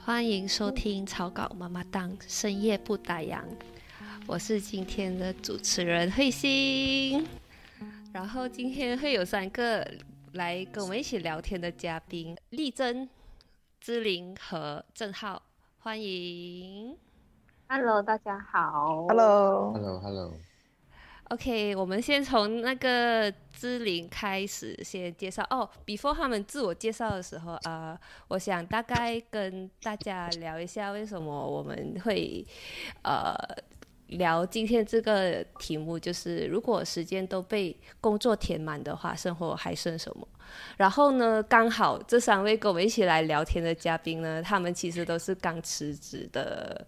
欢迎收听草稿妈妈档深夜不打烊，我是今天的主持人慧心。然后今天会有3个来跟我们一起聊天的嘉宾，丽珍、芝玲和郑浩，欢迎。 Hello，大家好。 Hello， Hello Hello。 OK，我们先从那个芝玲开始先介绍哦。before 他们自我介绍的时候，我想大概跟大家聊一下为什么我们会聊今天这个题目，就是如果时间都被工作填满的话，生活还剩什么？然后呢，刚好这3位跟我们一起来聊天的嘉宾呢，他们其实都是刚辞职的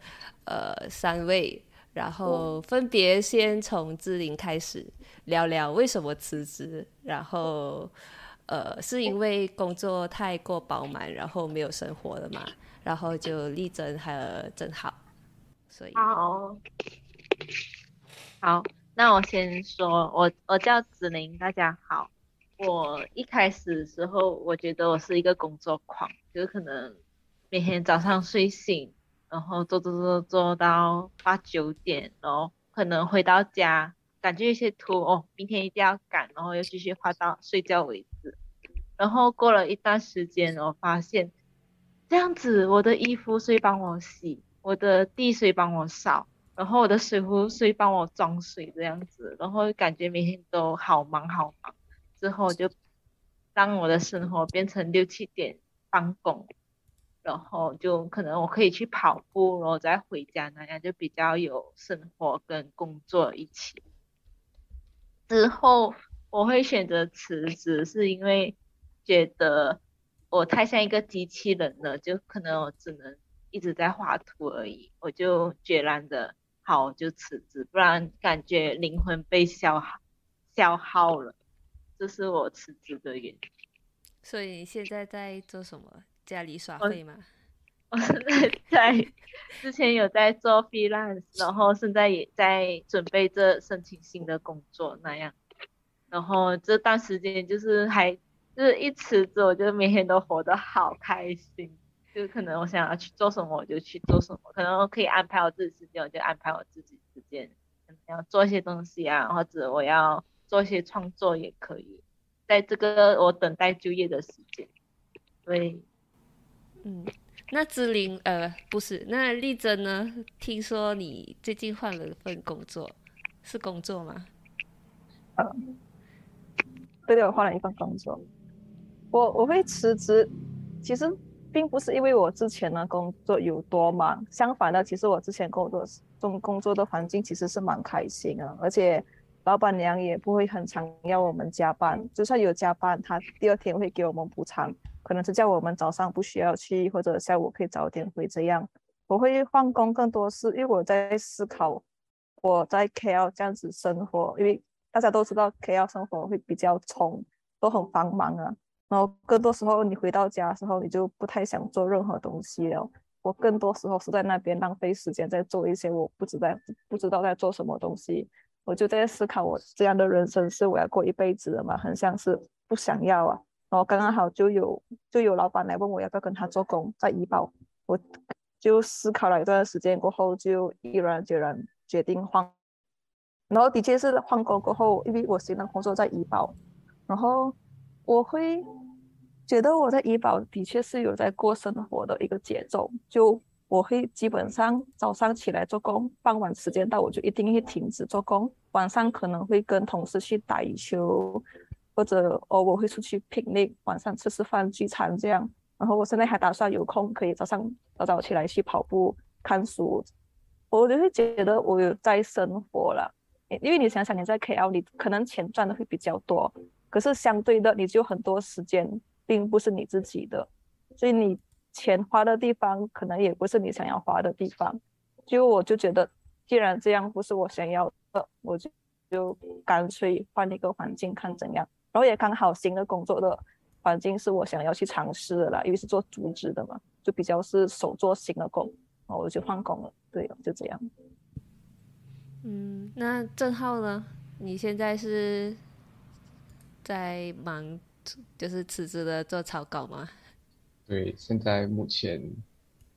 3位。然后分别先从芝玲开始聊聊为什么辞职，然后是因为工作太过饱满，然后没有生活了嘛，然后就丽珍还有郑浩，所以好，好，那我先说，我叫子玲，大家好。我一开始的时候，我觉得我是一个工作狂，就是可能每天早上睡醒，然后做到8、9点，然后可能回到家，感觉一些图哦，明天一定要赶，然后又继续画到睡觉为止。然后过了一段时间，我发现这样子，我的衣服谁帮我洗，我的地谁帮我扫，然后我的水壶谁帮我装水这样子，然后感觉每天都好忙好忙。之后就让我的生活变成6、7点放工，然后就可能我可以去跑步，然后再回家，那样就比较有生活跟工作一起。之后我会选择辞职，是因为觉得我太像一个机器人了，就可能我只能一直在画图而已，我就决然的好，我就辞职，不然感觉灵魂被消耗了，这是我辞职的原因。 所以你现在在做什么？家里耍我废吗？ 我现在之前有在做 freelance，然后现在也在准备着申请新的工作那样。然后这段时间就是一辞职，我就每天都活得好开心。就可能我想要去做什么，我就去做什么。可能我可以安排我自己时间，我就安排我自己时间。可能要做一些东西啊，或者我要做一些创作也可以。在这个我等待就业的时间，对。 嗯，那芝玲不是，那丽珍呢？听说你最近换了份工作，是工作吗？ 对对，我换了一份工作。我会辞职，其实并不是因为我之前的工作有多忙，相反的，其实我之前工作的环境其实是蛮开心的，而且老板娘也不会很常要我们加班，就算有加班，她第二天会给我们补偿，可能是叫我们早上不需要去，或者下午可以早点回这样。我会换工更多是因为我在思考我在 KL 这样子生活，因为大家都知道 KL 生活会比较冲，都很繁忙啊。然后更多时候你回到家的时候，你就不太想做任何东西了。我更多时候是在那边浪费时间，在做一些我不知道在做什么东西。我就在思考，我这样的人生是我要过一辈子的吗？很像是不想要啊。然后刚刚好就有老板来问我要不要跟他做工，在怡保，我就思考了一段时间过后，就毅然决然决定换。然后的确是换工过后，因为我新的工作在怡保，然后我会觉得我在怡保的确是有在过生活的一个节奏，就我会基本上早上起来做工，傍晚时间到我就一定会停止做工，晚上可能会跟同事去打羽球，或者偶尔会出去 picnic，晚上吃吃饭聚餐这样。然后我现在还打算有空可以早早起来去跑步、看书，我就会觉得我有在生活了。因为你想想你在 KL，你可能钱赚的会比较多，可是相对的，你就很多时间并不是你自己的，所以你钱花的地方可能也不是你想要花的地方。我就觉得，既然这样不是我想要的，我就干脆换一个环境看怎样。然后也刚好新的工作的环境是我想要去尝试的啦，因为是做组织的嘛，就比较是手做新的工，然后我就换工了。对，就这样。 嗯，那郑浩呢？你现在是在忙，就是辞职的做草稿吗？ 对，现在目前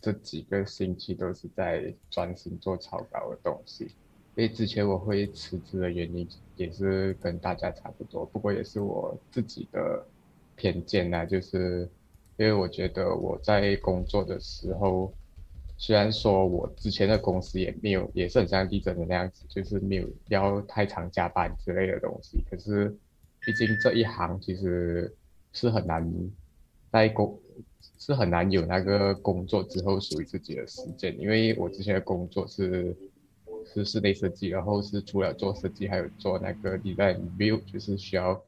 这几个星期都是在专心做草稿的东西。因为之前我会辞职的原因也是跟大家差不多，不过也是我自己的偏见啦，就是因为我觉得我在工作的时候，虽然说我之前的公司也没有，也是很像地震的那样子，就是没有要太常加班之类的东西，可是毕竟这一行其实是很难在工是很难有那个工作之后属于自己的时间，因为我之前的工作是室内设计，然后是除了做设计，还有做那个 design build，就是需要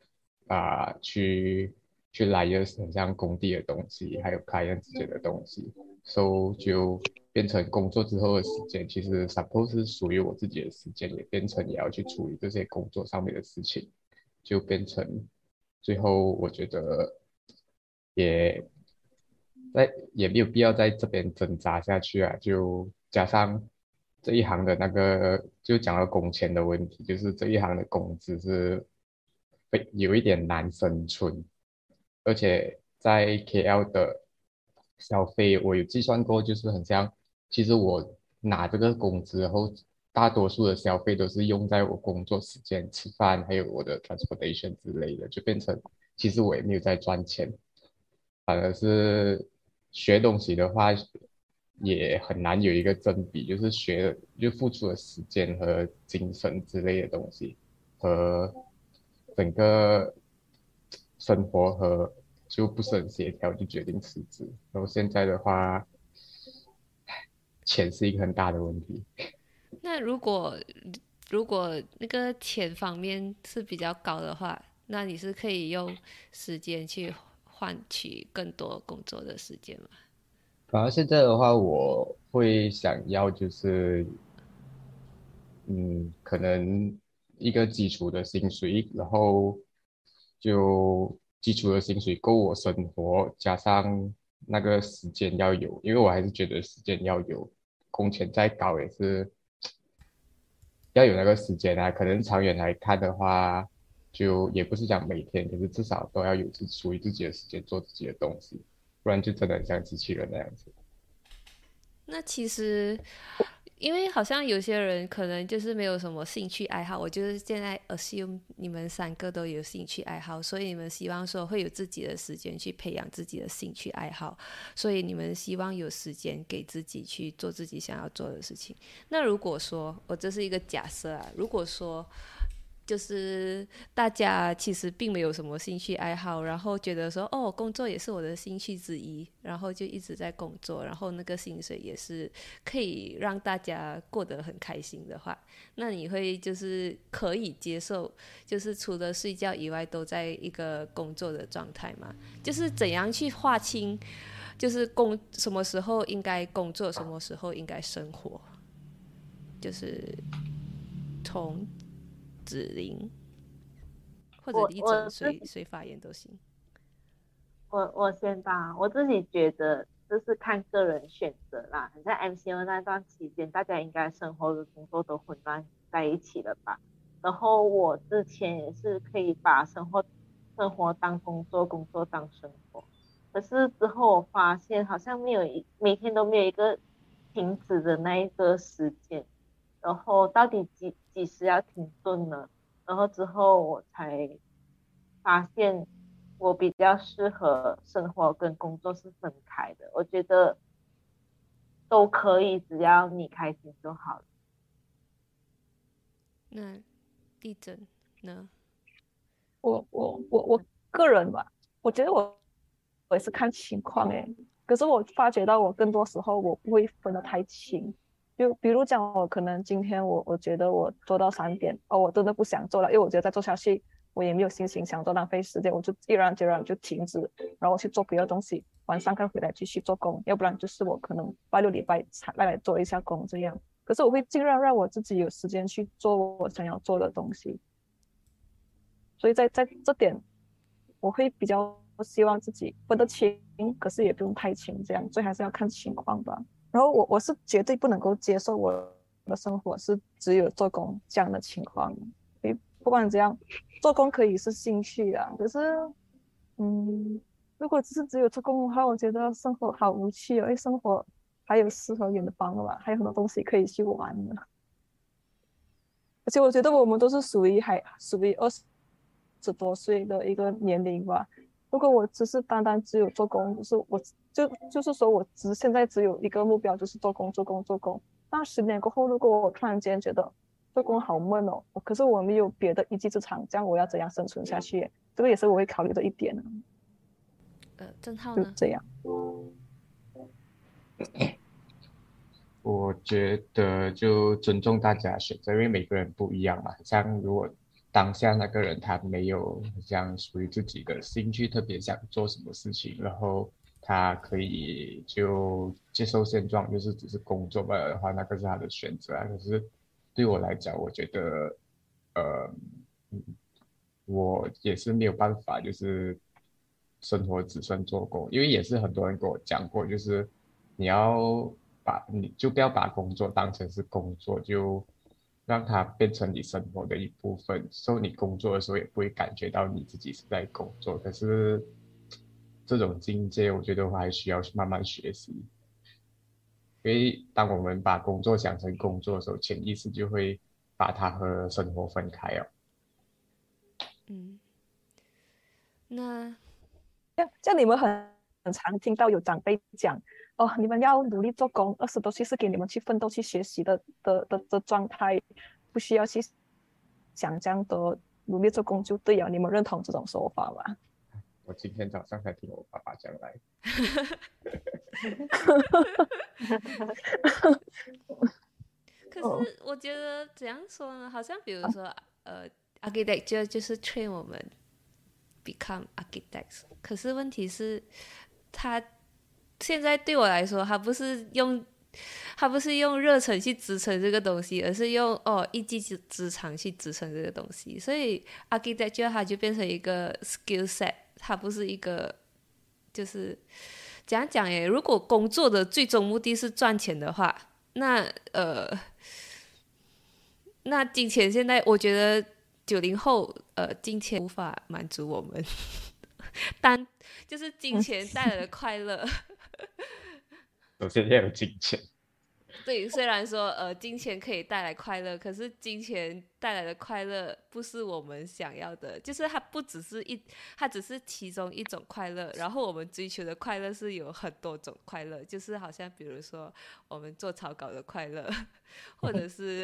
去 liaise 很像工地的东西，还有 client 之间的东西，so 就变成工作之后的时间，其实 suppose 是属于我自己的时间，也变成也要去处理这些工作上面的事情，就变成最后我觉得也也没有必要在这边挣扎下去啊，就加上这一行的那个就讲到工钱的问题，就是这一行的工资是有一点难生存，而且在 KL 的消费，我有计算过，就是很像，其实我拿这个工资后，大多数的消费都是用在我工作时间、吃饭，还有我的 transportation 之类的，就变成其实我也没有在赚钱，反而是学东西的话，也很难有一个正比，就是就付出的时间和精神之类的东西，和整个生活和就不是很协调，就决定辞职。然后现在的话，钱是一个很大的问题。 那如果那个钱方面是比较高的话，那你是可以用时间去换取更多工作的时间吗？ 反而现在的话，我会想要就是，可能一个基础的薪水，然后就基础的薪水够我生活，加上那个时间要有，因为我还是觉得时间要有，工钱再高也是要有那个时间啊。可能长远来看的话，就也不是讲每天，可是至少都要有属于自己的时间做自己的东西，不然就真的很像机器人那样子。 那其实，因为好像有些人可能就是没有什么兴趣爱好，我就是现在 assume 你们三个都有兴趣爱好，所以你们希望说会有自己的时间去培养自己的兴趣爱好，所以你们希望有时间给自己去做自己想要做的事情。那如果说，这是一个假设啊，如果说就是大家其实并没有什么兴趣爱好，然后觉得说工作也是我的兴趣之一，然后就一直在工作，然后那个薪水也是可以让大家过得很开心的话，那你会就是可以接受，就是除了睡觉以外都在一个工作的状态吗？就是怎样去划清，就是什么时候应该工作，什么时候应该生活，就是从指令或者立正谁发言都行。 我先吧，我自己觉得这是看个人选择啦。在 MCO 那段期间，大家应该生活和工作都混乱在一起了吧？然后我之前也是可以把生活当工作，工作当生活。可是之后我发现好像每天都没有一个停止的那一个时间，然后到底几时要停顿呢？然后之后我才发现我比较适合生活跟工作是分开的，我觉得都可以，只要你开心就好了。 那地震呢？ 我个人吧，我觉得我也是看情况诶。可是我发觉到我更多时候我不会分得太清，就比如讲我可能今天我觉得我做到3点，我真的不想做了，因为我觉得再做下去我也没有心情想做，浪费时间，我就毅然决然就停止，然后我去做别的东西，晚上看回来继续做工，要不然就是我可能拜六礼拜才来做一下工这样。可是我会尽量让我自己有时间去做我想要做的东西，所以在这点我会比较希望自己分得清，可是也不用太清，这样，所以还是要看情况吧。然后我是绝对不能够接受我的生活是只有做工这样的情况，所以不管怎样，做工可以是兴趣啊，可是如果只有做工的话，我觉得生活好无趣哦，因为生活还有四合院的帮吧，还有很多东西可以去玩的。而且我觉得我们都是属于20多岁的一个年龄吧。如果我单单只有做工，就是说我现在只有一个目标，就是做工。那10年过后，如果我突然间觉得做工好闷哦，可是我没有别的一技之长，这样我要怎样生存下去？这个也是我会考虑的一点。 郑浩呢？ 就这样。 我觉得就尊重大家的选择，因为每个人不一样嘛。像如果当下那个人他没有像属于自己的兴趣，特别想做什么事情，然后他可以就接受现状，就是只是工作罢了的话，那个是他的选择啊。可是对我来讲，我觉得，呃，我也是没有办法，就是生活只剩做工，因为也是很多人跟我讲过，就是你就不要把工作当成是工作，就让它变成你生活的一部分。所以你工作的时候也不会感觉到你自己是在工作。可是这种境界，我觉得我还需要慢慢学习。因为当我们把工作想成工作的时候，潜意识就会把它和生活分开哦。 那像你们很常听到有长辈讲哦，你们要努力做工，20多岁是给你们去奋斗、去学习的状态，不需要去想这样多，努力做工就对了。你们认同这种说法吗？ 我今天早上才听我爸爸讲来。 可是我觉得怎样说呢？好像比如说architecture 就是 train 我们 become architects， 可是问题是，他现在对我来说，他不是用热忱去支撑这个东西，而是用一技之长去支撑这个东西。所以 architecture 它就变成一个 skill set， 它不是一个就是怎样讲耶？如果工作的最终目的是赚钱的话，那金钱现在我觉得90后金钱无法满足我们，但就是金钱带来的快乐。 首先要有金钱。 对，虽然说金钱可以带来快乐，可是金钱带来的快乐不是我们想要的，就是它只是其中一种快乐，然后我们追求的快乐是有很多种快乐，就是好像比如说我们做草稿的快乐，或者是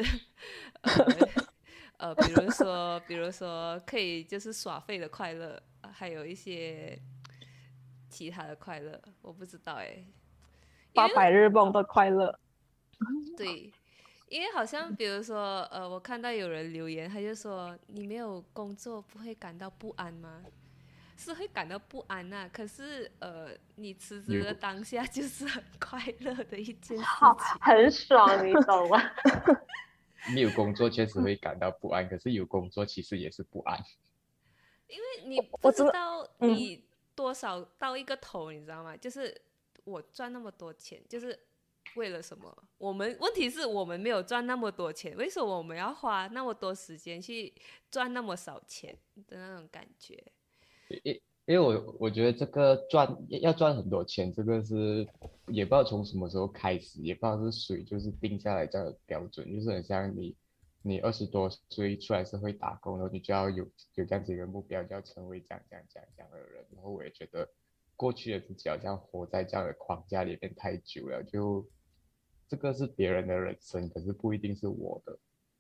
比如说可以就是耍废的快乐，还有一些其他的快乐，我不知道哎。 发白日梦的快乐。 对，因为好像比如说我看到有人留言，他就说你没有工作不会感到不安吗？是会感到不安啊，可是你辞职的当下就是很快乐的一件事情， 很爽，你懂吗？ 没有工作确实会感到不安，可是有工作其实也是不安。 因为你不知道你多少到一个头，你知道吗？就是我赚那么多钱，就是为了什么？问题是我们没有赚那么多钱，为什么我们要花那么多时间去赚那么少钱的那种感觉？ 因为我觉得这个要赚很多钱，这个是也不知道从什么时候开始，也不知道是谁就是定下来这样的标准，就是很像你20多岁出来社会打工，然后你就要有这样子一个目标，就要成为这样的人。然后我也觉得过去的自己好像活在这样的框架里面太久了，就这个是别人的人生，可是不一定是我的。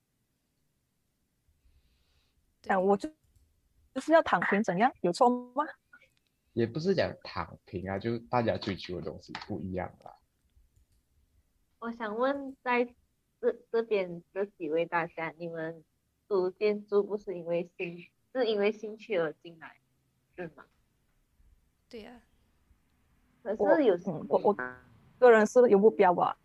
我就是要躺平，怎样有错吗？ 也不是讲躺平啊，就大家追求的东西不一样啦。 我想问，在这边这几位大家，你们读建筑不是因为兴趣而进来，是吗？ 对呀、 可是有我个人是有目标吧。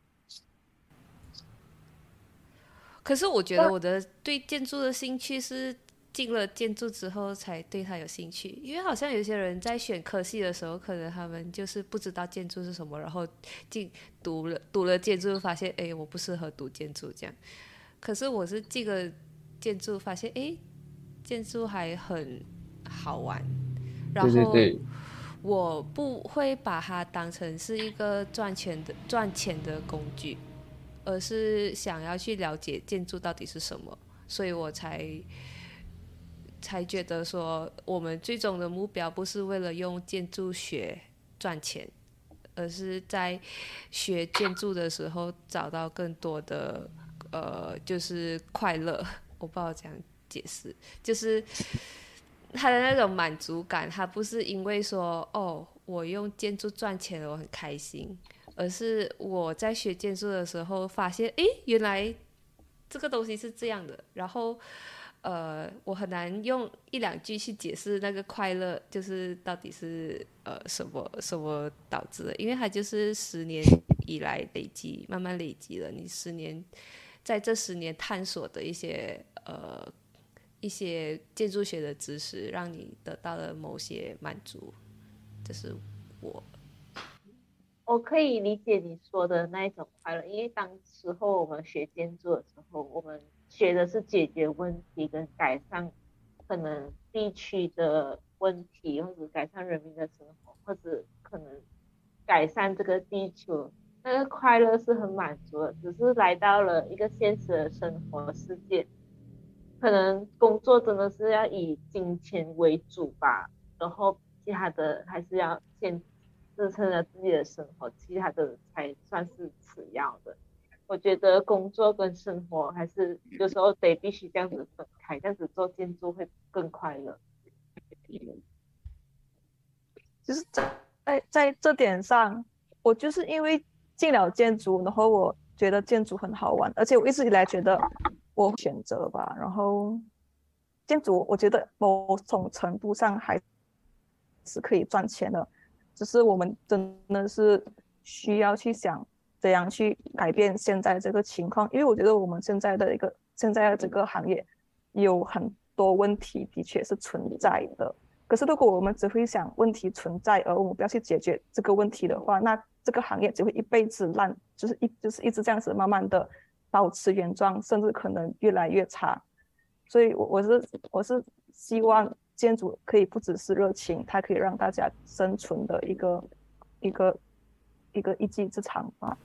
可是我觉得我的对建筑的兴趣是进了建筑之后才对它有兴趣，因为好像有些人在选科系的时候，可能他们就是不知道建筑是什么，然后读了建筑，发现我不适合读建筑这样。可是我是进了建筑，发现建筑还很好玩，然后对我不会把它当成是一个赚钱的工具，而是想要去了解建筑到底是什么，所以我才觉得说，我们最终的目标不是为了用建筑学赚钱，而是在学建筑的时候找到更多的就是快乐。我不知道怎样解释，就是他的那种满足感，他不是因为说哦，我用建筑赚钱了，我很开心，而是我在学建筑的时候发现，诶，原来这个东西是这样的，然后我很难用一两句去解释那个快乐，就是到底是什么导致的，因为它就是10年以来慢慢累积了，你在这10年探索的一些建筑学的知识，让你得到了某些满足，这是我可以理解你说的那一种快乐，因为当时候我们学建筑的时候，我们学的是解决问题跟改善可能地区的问题，或者改善人民的生活，或者可能改善这个地球，那个快乐是很满足的。只是来到了一个现实的生活世界，可能工作真的是要以金钱为主吧，然后其他的还是要先支撑着自己的生活，其他的才算是次要的。我觉得工作跟生活还是有时候必须这样子分开，这样子做建筑会更快乐。 就是在这点上，我就是因为进了建筑，然后我觉得建筑很好玩，而且我一直以来觉得我选择吧，然后建筑我觉得某种程度上还是可以赚钱的，只是我们真的是需要去想怎样去改变现在这个情况，因为我觉得我们现在的这个行业有很多问题的确是存在的。可是如果我们只会想问题存在，而我们不要去解决这个问题的话，那这个行业只会一辈子烂，就是一直这样子慢慢的保持原状，甚至可能越来越差。所以我是希望建筑可以不只是热情，它可以让大家生存的一技之长吧。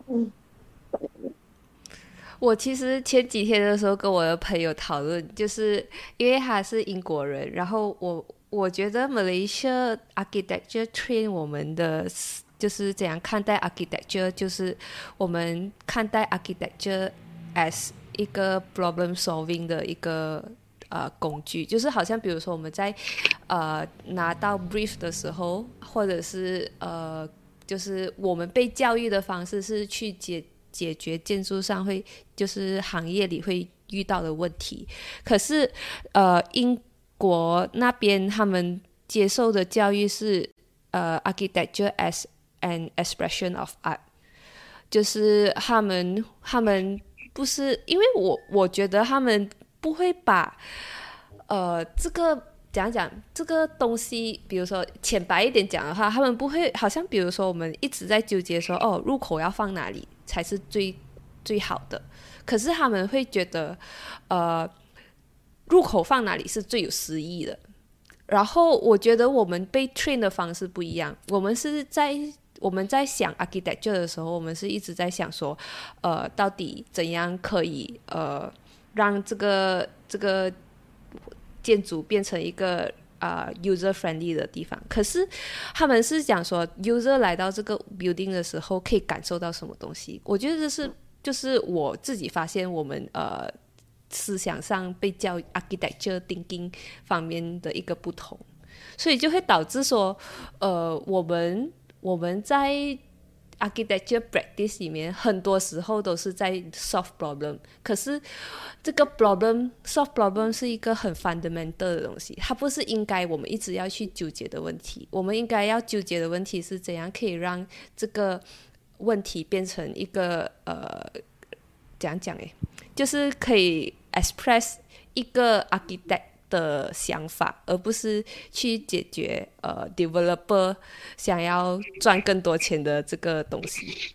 我其实前几天的时候跟我的朋友讨论，就是因为他是英国人，然后我觉得 Malaysia architecture train 我们的就是怎样看待 architecture， 就是我们看待 architecture as 一个 problem solving 的一个工具，就是好像比如说我们在拿到 brief 的时候，或者是就是我们被教育的方式是去解决建筑上就是行业里会遇到的问题，可是英国那边他们接受的教育是architecture as an expression of art， 就是他们不是，因为我觉得他们不会把这个讲这个东西，比如说浅白一点讲的话，他们不会好像比如说我们一直在纠结说哦入口要放哪里才是最好的，可是他们会觉得入口放哪里是最有诗意的。然后我觉得我们被 train 的方式不一样，我们在想 architecture 的时候，我们是一直在想说到底怎样可以让这个建筑变成一个user friendly 的地方，可是他们是讲说 user 来到这个 building 的时候可以感受到什么东西。我觉得这是就是我自己发现我们思想上被教 architecture thinking 方面的一个不同，所以就会导致说我们在 architecture practice 里面很多时候都是在 solve problem， 可是这个 solve problem 是一个很 fundamental 的东西，它不是应该我们一直要去纠结的问题。我们应该要纠结的问题是怎样可以让这个问题变成一个怎样讲就是可以 express 一个 architect 的想法，而不是去解决developer 想要赚更多钱的这个东西。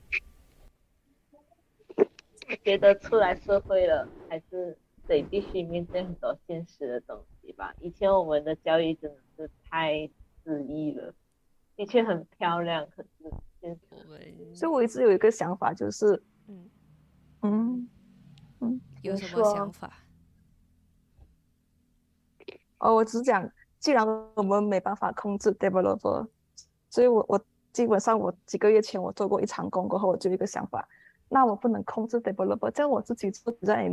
我觉得出来社会了，还是必须面对很多现实的东西吧。以前我们的教育真的是太恣意了， 的确很漂亮，可是我们所以我一直有一个想法，就是嗯嗯嗯， 有什么你说想法？ 我只是讲，既然我们没办法控制 developer，所以我基本上我几个月前我做过一场工过后，我就有一个想法，那我不能控制 developer，这样我自己做在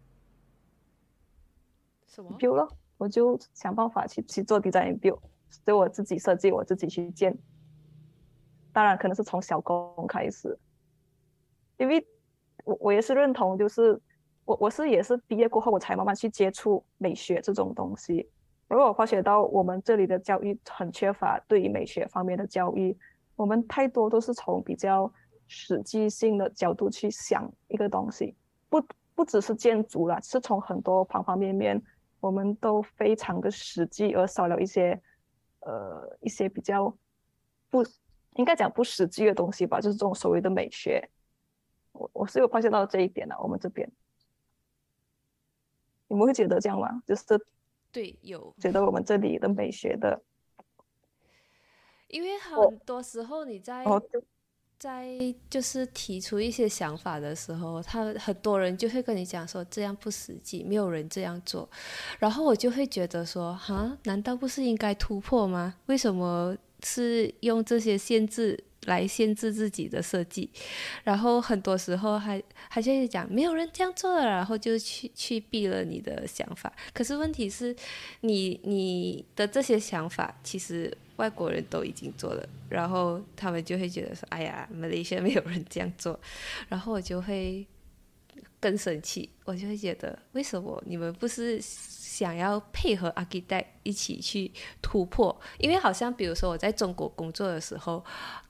什么？ build 咯，我就想办法去做 design build，所以我自己设计，我自己去建。当然可能是从小工开始，因为我也是认同，就是我也是毕业过后我才慢慢去接触美学这种东西。然后我发觉到我们这里的教育很缺乏对于美学方面的教育，我们太多都是从比较实际性的角度去想一个东西，不不只是建筑啦，是从很多方方面面，我们都非常的实际，而少了一些比较不应该讲不实际的东西吧，就是这种所谓的美学。我是有发现到这一点的，我们这边你们会觉得这样吗？就是对，有， 觉得我们这里的美学的， 因为很多时候你哦， 在就是提出一些想法的时候，很多人就会跟你讲说这样不实际，没有人这样做，然后我就会觉得说，哈，难道不是应该突破吗？为什么是用这些限制来限制自己的设计？然后很多时候还就会讲没有人这样做了，然后就去避了你的想法。可是问题是你的这些想法其实外国人都已经做了，然后他们就会觉得说哎呀马来西亚没有人这样做，然后我就会更生气，我就会觉得为什么你们不是想要配合 architect 一起去突破？因为好像比如说我在中国工作的时候，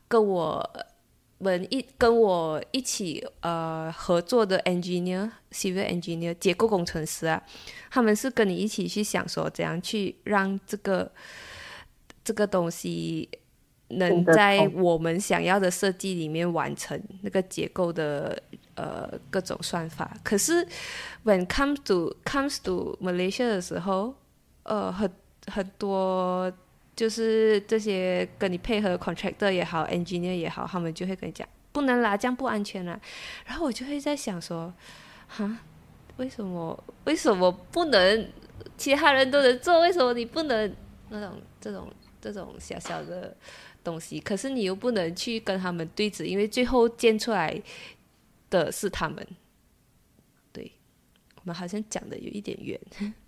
跟我一起合作的 civil engineer 结构工程师啊，他们是跟你一起去想说怎样去让这个东西能在我们想要的设计里面完成那个结构的各种算法。可是 when comes to Malaysia 的时候，很多就是这些跟你配合的 contractor 也好 engineer 也好，他们就会跟你讲不能啦，这样不安全啦。然后我就会在想说，哈，为什么不能？其他人都能做，为什么你不能？这种小小的东西，可是你又不能去跟他们对峙，因为最后建出来的是他们。对，我们好像讲的有一点远。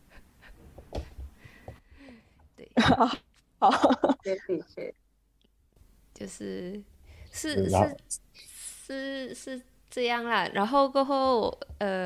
对， 好， 的确， 就是然是这样啦。然后过后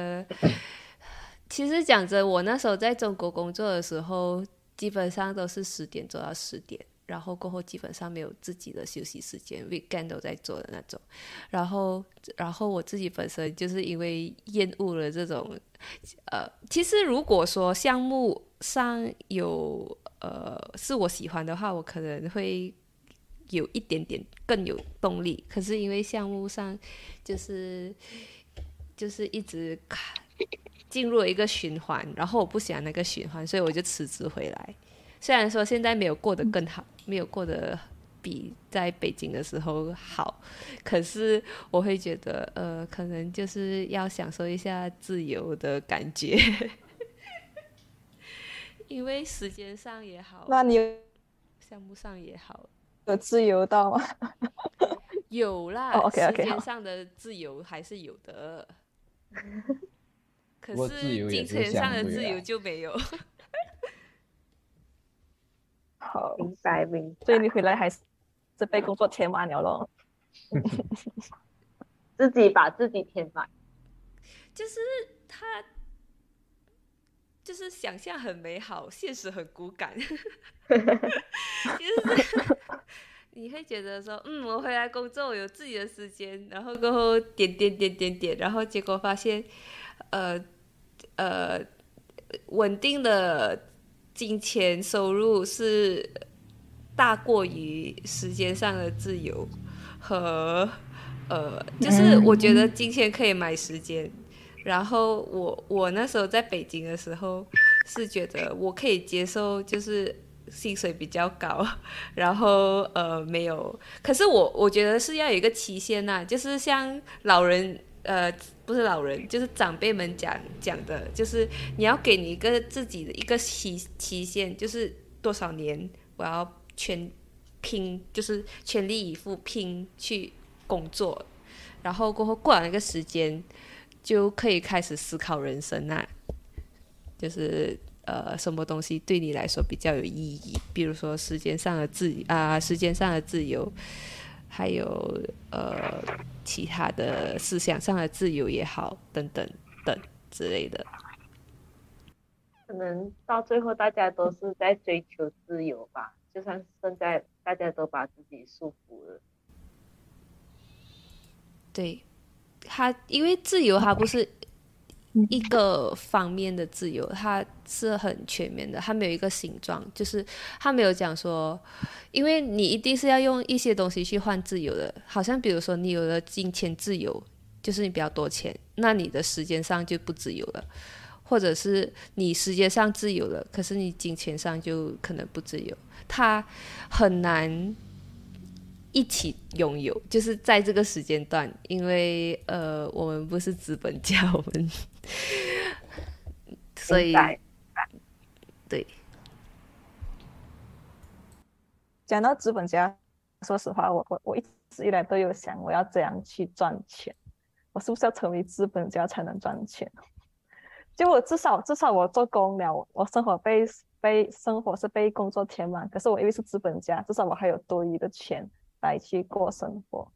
其实讲真，我那时候在中国工作的时候，基本上都是10点做到10点，然后过后基本上没有自己的休息时间 ，weekend 都在做的那种。然后我自己本身就是因为厌恶了这种，其实如果说项目上有是我喜欢的话，我可能会有一点点更有动力。可是因为项目上就是一直进入了一个循环，然后我不喜欢那个循环，所以我就辞职回来。虽然说现在没有过得更好，没有过得比在北京的时候好，可是我会觉得可能就是要享受一下自由的感觉。因为时间上也好， 那你项目上也好， 有自由到吗？ 有啦， OK 时 OK 间上的自由还是有的。可不过自由是也是金钱上的相对自由啊就没有。 好， 明白明白。 所以你回来还是被工作填满了咯。 自己把自己填满。 就是他，就是想象很美好，现实很骨感。就是你会觉得说，我回来工作，我有自己的时间，然后过后点，然后结果发现，稳定的金钱收入是大过于时间上的自由和就是我觉得金钱可以买时间。然后我那时候在北京的时候是觉得我可以接受，就是薪水比较高，然后没有，可是我觉得是要有一个期限呐、就是像老人不是老人，就是长辈们讲的，就是你要给你一个自己的一个期限，就是多少年我要拼，就是全力以赴拼去工作，然后过了那个时间，就可以开始思考人生啊，就是什么东西对你来说比较有意义，比如说时间上的自由，还有其他的思想上的自由也好，等等等之类的。 可能到最后大家都是在追求自由吧，就算现在大家都把自己束缚了。 对，因为自由它不是一个方面的自由，它是很全面的，它没有一个形状，就是它没有讲说，因为你一定是要用一些东西去换自由的，好像比如说你有了金钱自由，就是你比较多钱，那你的时间上就不自由了，或者是你时间上自由了，可是你金钱上就可能不自由，它很难一起拥有，就是在这个时间段，因为我们不是资本家，我们所以对。 讲到资本家，说实话，我一直以来都有想我要怎样去赚钱，我是不是要成为资本家才能赚钱？就我至少我做工了，我生活是被工作填满，可是我因为是资本家，至少我还有多余的钱来去过生活。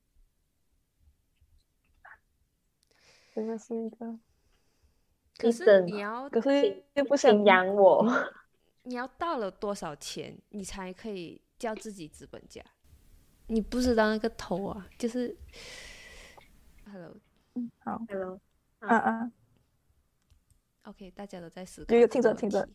这个是一个， 可是你要， 可是又不想养我。 你要到了多少钱，你才可以叫自己资本家？你不知道那个头啊，就是，Hello， 好 Hello， OK， 大家都在思考。 有听着，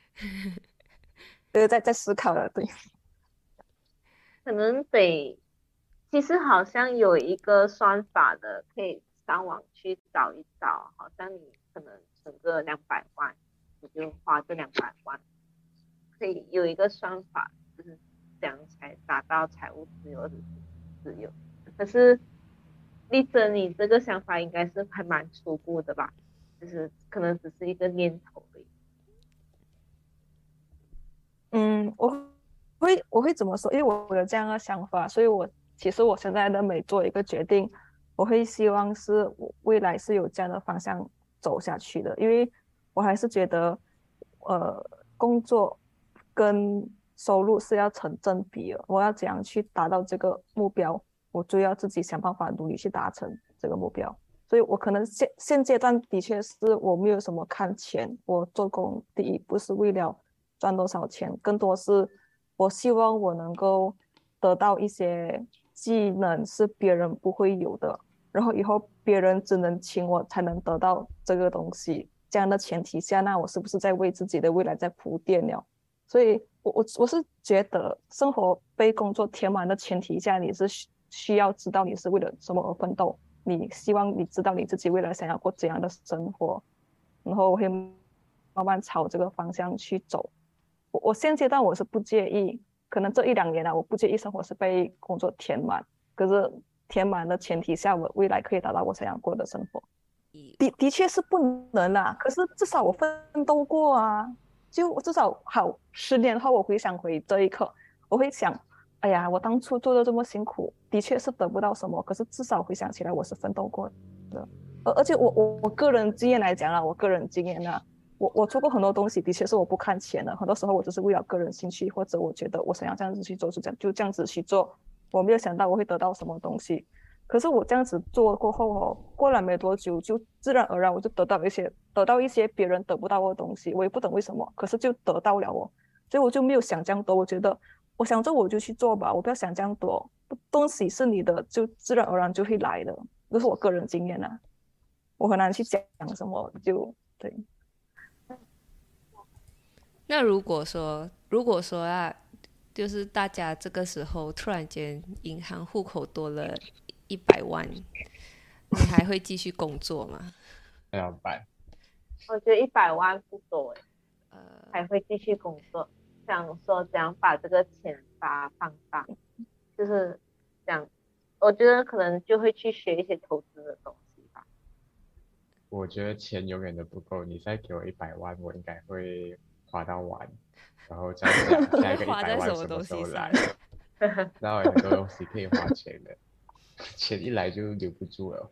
在思考了，对。 可能其实好像有一个算法的，可以上网去找一找，好像你可能存个200万，你就花这200万，可以有一个算法，就是这样才达到财务自由的自由。可是丽珍，你这个想法应该是还蛮初步的吧？就是可能只是一个念头而已。 我会怎么说？因为我有这样的想法，所以其实我现在的每做一个决定，我会希望是我未来是有这样的方向走下去的，因为我还是觉得，工作跟收入是要成正比的。我要怎样去达到这个目标，我就要自己想办法努力去达成这个目标。所以我可能现阶段的确是我没有什么看钱，我做工第一不是为了赚多少钱，更多是我希望我能够得到一些技能是别人不会有的，然后以后别人只能请我才能得到这个东西，这样的前提下，那我是不是在为自己的未来在铺垫了？所以我是觉得生活被工作填满的前提下，你是需要知道你是为了什么而奋斗，你希望你知道你自己未来想要过怎样的生活，然后我会慢慢朝这个方向去走。我现阶段我是不介意，可能这1-2年我不介意生活是被工作填满，可是填满的前提下，我未来可以达到我想要过的生活。的确是不能啦，可是至少我奋斗过啊，就我至少好10年后我回想回这一刻，我会想，哎呀，我当初做的这么辛苦，的确是得不到什么，可是至少回想起来我是奋斗过的。而且我个人经验来讲啊，我做过很多东西，的确是我不看钱的，很多时候我只是为了个人兴趣，或者我觉得我想要这样子去做，就这样子去做，我没有想到我会得到什么东西。可是我这样子做过后过了没多久，就自然而然我就得到一些别人得不到的东西，我也不懂为什么，可是就得到了所以我就没有想这样多，我觉得我想做我就去做吧，我不要想这样多，东西是你的，就自然而然就会来的，这是我个人经验啊，我很难去讲什么，就对。 那如果说啊，就是大家这个时候突然间银行户口多了100万，你还会继续工作吗？ 那要办？ 我觉得100万不多还会继续工作。 想说怎样把这个钱放大，就是这样。我觉得可能就会去学一些投资的东西吧。 我觉得钱永远都不够，你再给我100万，我应该会花到完，然后再想下一个花在 100万什么什么东西上时候来。然后有很多东西可以花钱的，钱一来就留不住了。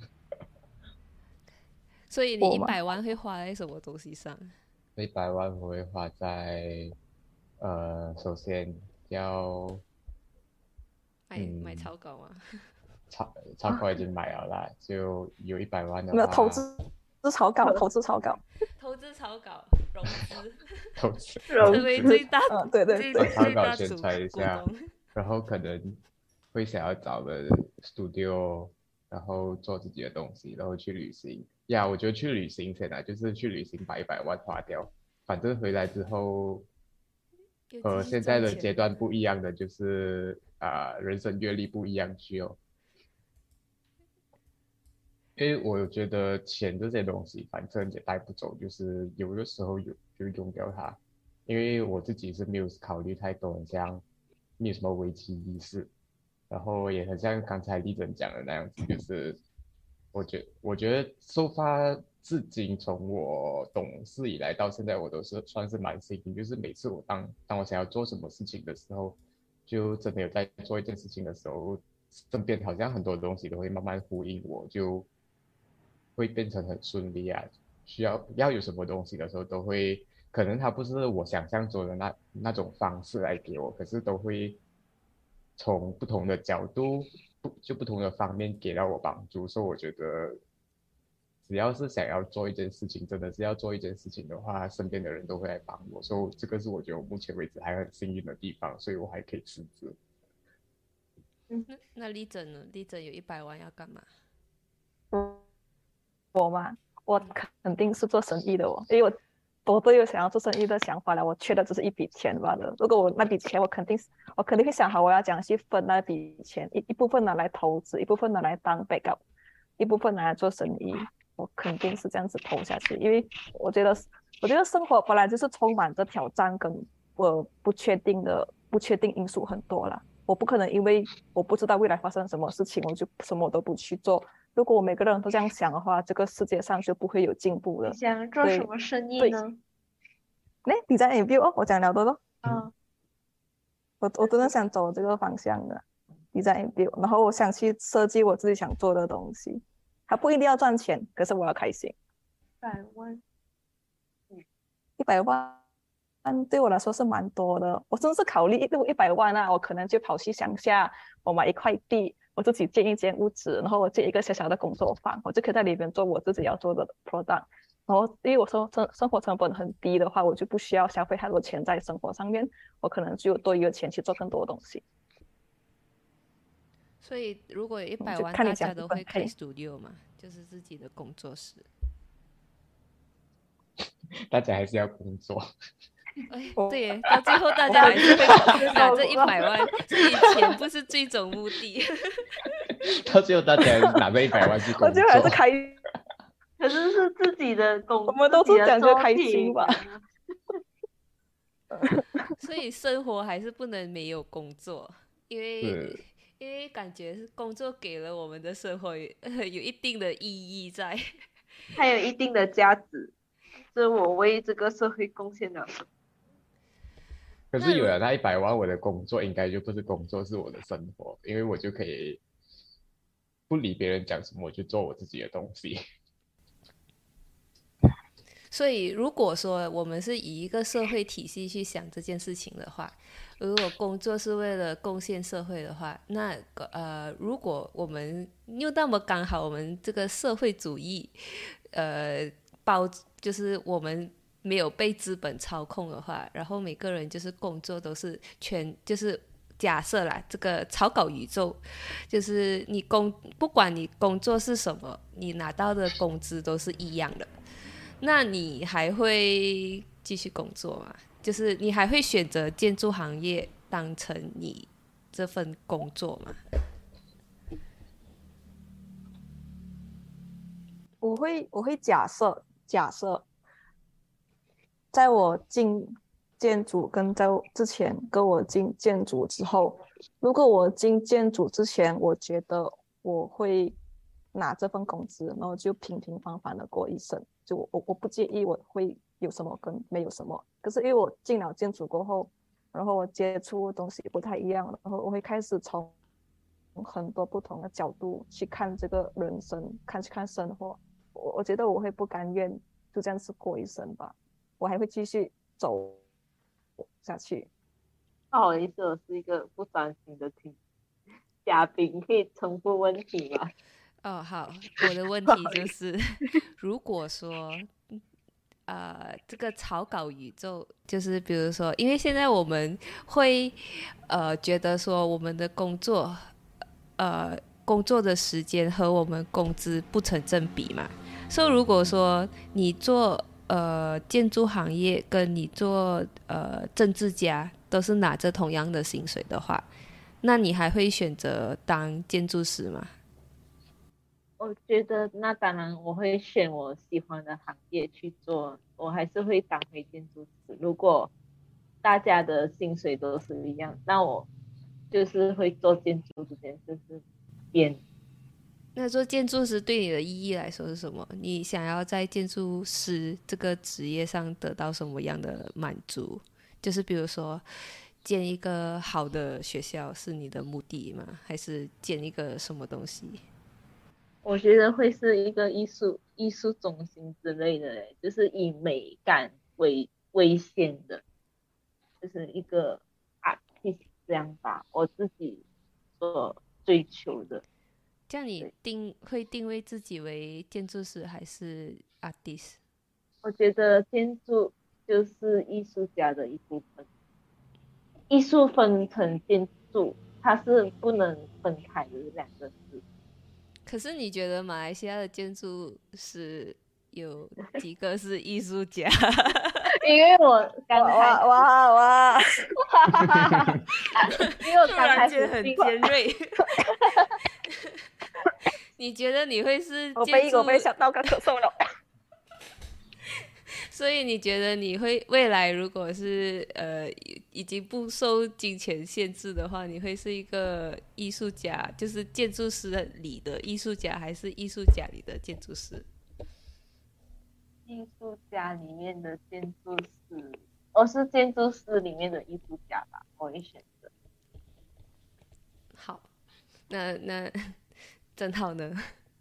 所以你我吗 100万会花在什么东西上？ 100万我会花在，首先要， 买草稿吗？ 草稿已经买了啦，就有100万的没有话， 投资草稿，投资草稿。 投资草稿，融资， 投资成为最大对对对， 把草最大稿宣传一股下， 东。 然后可能会想要找个 studio，然后做自己的东西，然后去旅行。呀，我觉得去旅行先就是去旅行把100万花掉，反正回来之后， 又继续现在的赚钱阶段不一样的就是人生阅历不一样去哦。因为我觉得钱这些东西反正也带不走，就是有的时候就用掉它。因为我自己是没有考虑太多，很像没有什么危机意识，然后也很像刚才丽珍讲的那样子，就是我觉得收发至今从我懂事以来到现在，我都是算是蛮幸运，就是每次当我想要做什么事情的时候，就真的有在做一件事情的时候，身边好像很多东西都会慢慢呼应我，就会变成很顺利啊。要有什么东西的时候，都会可能它不是我想象中的那种方式来给我，可是都会从不同的角度，不同的方面给到我帮助。所以我觉得，只要是想要做一件事情，真的是要做一件事情的话，身边的人都会来帮我。所以这个是我觉得我目前为止还很幸运的地方，所以我还可以辞职。 那丽珍呢？丽珍有100万要干嘛？ 我肯定是做生意的因为我都有想要做生意的想法了，我缺的只是一笔钱罢了。如果我那笔钱，我肯定会想好我要怎样去分那笔钱，一部分拿来投资，一部分拿来当 backup，一部分拿来做生意。我肯定是这样子投下去，因为我觉得生活本来就是充满着挑战跟不确定因素很多啦。我不可能因为我不知道未来发生什么事情，我就什么都不去做。如果我每个人都这样想的话，这个世界上就不会有进步了。 你想做什么生意呢？ 你在 review 我讲了的咯。我真的想走这个方向的，你在 review，然后我想去设计我自己想做的东西，它不一定要赚钱，可是我要开心。 100万 ，100万对我来说是蛮多的。我真是考虑100万我可能就跑去乡下，我买一块地，我自己建一间屋子，然后我建一个小小的工作坊，我就可以在里边做我自己要做的 product。然后因为我说生活成本很低的话，我就不需要消费太多钱在生活上面，我可能就有多余的钱去做更多的东西。 所以如果有100万，大就看你想家都会开分配 studio 嘛，就是自己的工作室。 大家还是要工作。 对耶，到最后大家还是会拿这100万，所以钱不是最终目的。 到最后大家拿着100万去工作。 我就还是开， 可是自己的工， 我们都是讲究开心吧。 所以生活还是不能没有工作，因为感觉是工作给了我们的生活有一定的意义在， 还有一定的价值，是我为这个社会贡献了什么。 可是有了那100万，我的工作应该就不是工作，是我的生活，因为我就可以不理别人讲什么，我就做我自己的东西。 所以如果说我们是以一个社会体系去想这件事情的话，如果工作是为了贡献社会的话，那如果我们又那么刚好我们这个社会主义就是我们没有被资本操控的话，然后每个人就是工作都是就是假设啦，这个草稿宇宙就是不管你工作是什么，你拿到的工资都是一样的，那你还会继续工作吗？就是你还会选择建筑行业当成你这份工作吗？ 我会假设，在我进建筑跟在之前跟我进建筑之后，如果我进建筑之前，我觉得我会拿这份工资，然后就平平凡凡的过一生，就我不介意我会有什么跟没有什么。可是因为我进了建筑过后，然后我接触的东西不太一样，然后我会开始从很多不同的角度去看这个人生，看生活。我觉得我会不甘愿就这样子过一生吧，我还会继续走下去。 不好意思，我是一个不专心的嘉宾，可以重复问题吗？ 哦，好，我的问题就是，如果说，这个草稿宇宙，就是比如说，因为现在我们会，觉得说我们的工作的时间和我们工资不成正比嘛，所以如果说你做建筑行业，跟你做政治家都是拿着同样的薪水的话，那你还会选择当建筑师吗？ 我觉得那当然我会选我喜欢的行业去做，我还是会当回建筑师。如果大家的薪水都是一样，那我就是会做建筑这件事是边。 那做建筑师对你的意义来说是什么？你想要在建筑师这个职业上得到什么样的满足？就是比如说，建一个好的学校是你的目的吗？还是建一个什么东西？ 我觉得会是一个艺术中心之类的嘞，就是以美感为先的，就是一个 artist 这样吧，我自己所追求的。 这样你会定位自己为建筑师还是 artist？ 我觉得建筑就是艺术家的一部分，艺术分成建筑，它是不能分开的两个字。 可是你觉得马来西亚的建筑师有几个是艺术家？ 因为我刚开始， 哇！ 因为我突刚开然间很始进尖锐。你觉得你会是建筑？ 我被吓到快咳嗽了。 所以你觉得你会未来如果是已经不受金钱限制的话，你会是一个艺术家，就是建筑师里的艺术家，还是艺术家里的建筑师？ 艺术家里面的建筑师，我是建筑师里面的艺术家吧，我会选择。 好，那郑浩呢？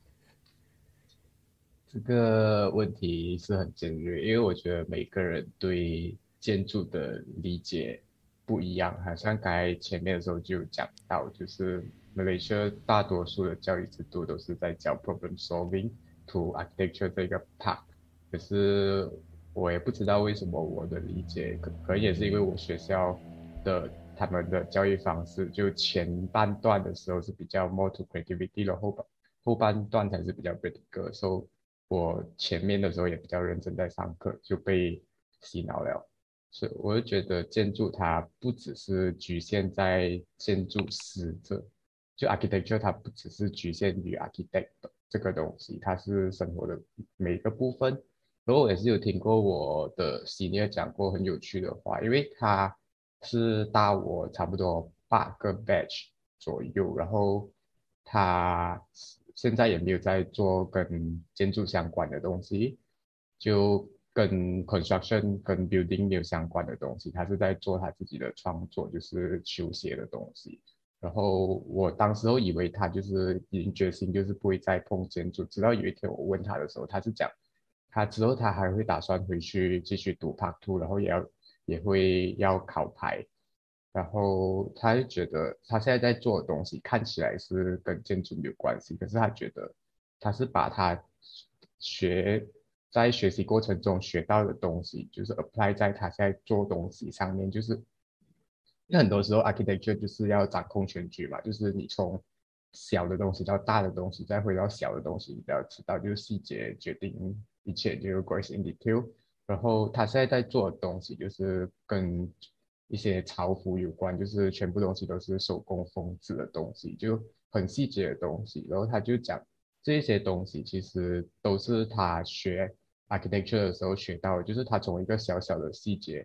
这个问题是很尖锐，因为我觉得每个人对建筑的理解不一样。好像刚才前面的时候就有讲到，就是马来西亚大多数的教育制度都是在教 problem solving to architecture 这个 part。可是我也不知道为什么我的理解，可能也是因为我学校的他们的教育方式，就前半段的时候是比较 more to creativity，然后半段才是比较 practical，所以我前面的时候也比较认真在上课，就被洗脑了。所以我就觉得建筑它不只是局限在建筑师就 architecture 它不只是局限于 architect 这个东西，它是生活的每一个部分。然后我也是有听过我的 senior 讲过很有趣的话，因为他是大我差不多8个 batch 左右，然后他现在也没有在做跟建筑相关的东西，就跟 construction 跟 building 没有相关的东西，他是在做他自己的创作，就是球鞋的东西。然后我当时候以为他就是已经决心，就是不会再碰建筑，直到有一天我问他的时候，他是讲他之后他还会打算回去继续读 Part Two，然后也会要考牌，然后他就觉得他现在在做的东西看起来是跟建筑没有关系，可是他觉得他是把他学在学习过程中学到的东西，就是 apply 在他现在做东西上面，就是因为很多时候 architecture 就是要掌控全局嘛，就是你从小的东西到大的东西，再回到小的东西，你都要知道，就是细节决定一切，就是 grace in detail。然后他现在在做的东西就是跟一些潮服有关，就是全部东西都是手工缝制的东西，就很细节的东西。然后他就讲这些东西其实都是他学 architecture 的时候学到的，就是他从一个小小的细节，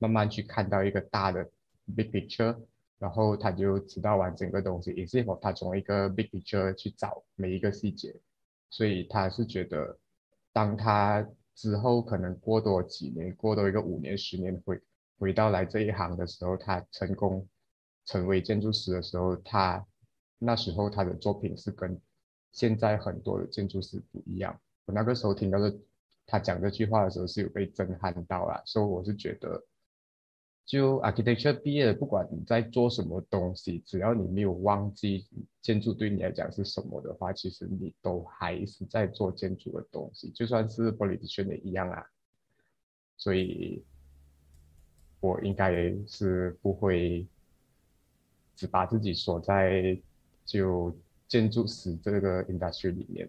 慢慢去看到一个大的 big picture，然后他就知道完整个东西，也是他从一个 big picture 去找每一个细节，所以他是觉得，当他之后可能过多几年，过多一个5年、10年回到来这一行的时候，他成功成为建筑师的时候，那时候他的作品是跟现在很多的建筑师不一样。我那个时候听到他讲这句话的时候是有被震撼到啦，所以我是觉得，就 architecture 毕业，不管你在做什么东西，只要你没有忘记建筑对你来讲是什么的话，其实你都还是在做建筑的东西，就算是 politician 也一样啊。所以，我应该是不会只把自己锁在就建筑师这个 industry 里面。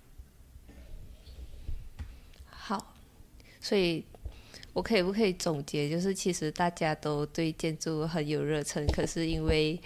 好，所以我可不可以总结，就是其实大家都对建筑很有热忱，可是因为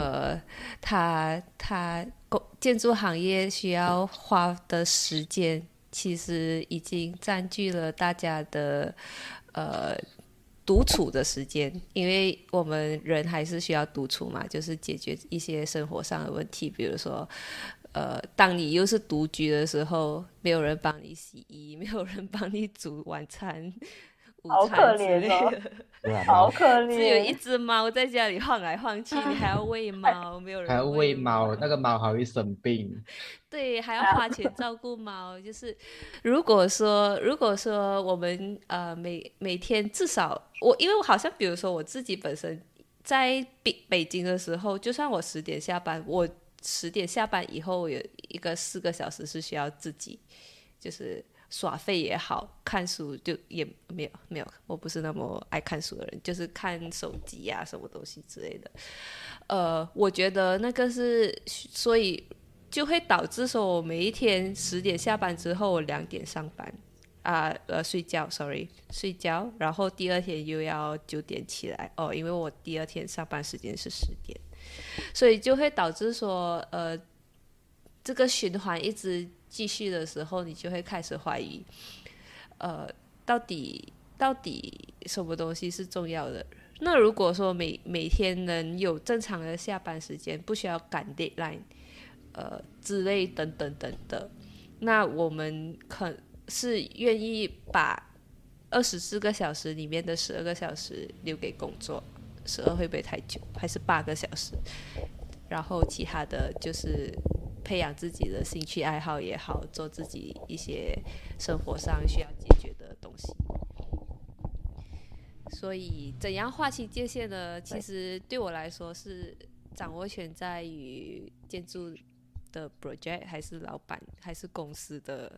建筑行业需要花的时间，其实已经占据了大家的独处的时间，因为我们人还是需要独处嘛，就是解决一些生活上的问题，比如说当你又是独居的时候，没有人帮你洗衣，没有人帮你煮晚餐、午好可餐之类怜的， 哦，好可怜， 只有一只猫在家里晃来晃去，你还要喂猫，没有人还要喂猫， 猫，那个猫还会生病。 对，还要花钱照顾猫。就是如果说我们每天至少因为我好像比如说我自己本身在北京的时候，就算我10点下班，我10点下班以后，我有一个4个小时是需要自己就是耍废也好，看书就也没有，我不是那么爱看书的人，就是看手机啊什么东西之类的。我觉得那个是，所以就会导致说我每一天10点下班之后，我2点上班睡觉，然后第二天又要9点起来因为我第二天上班时间是10点，所以就会导致说这个循环一直继续的时候，你就会开始怀疑到底什么东西是重要的。那如果说每天能有正常的下班时间，不需要赶 deadline之类等等等的，那我们是愿意把24个小时里面的12个小时留给工作，12会不会太久？还是8个小时？然后其他的就是培养自己的兴趣爱好也好，做自己一些生活上需要解决的东西。所以怎样划清界限呢？其实对我来说是掌握权在于建筑的 project， 还是老板，还是公司的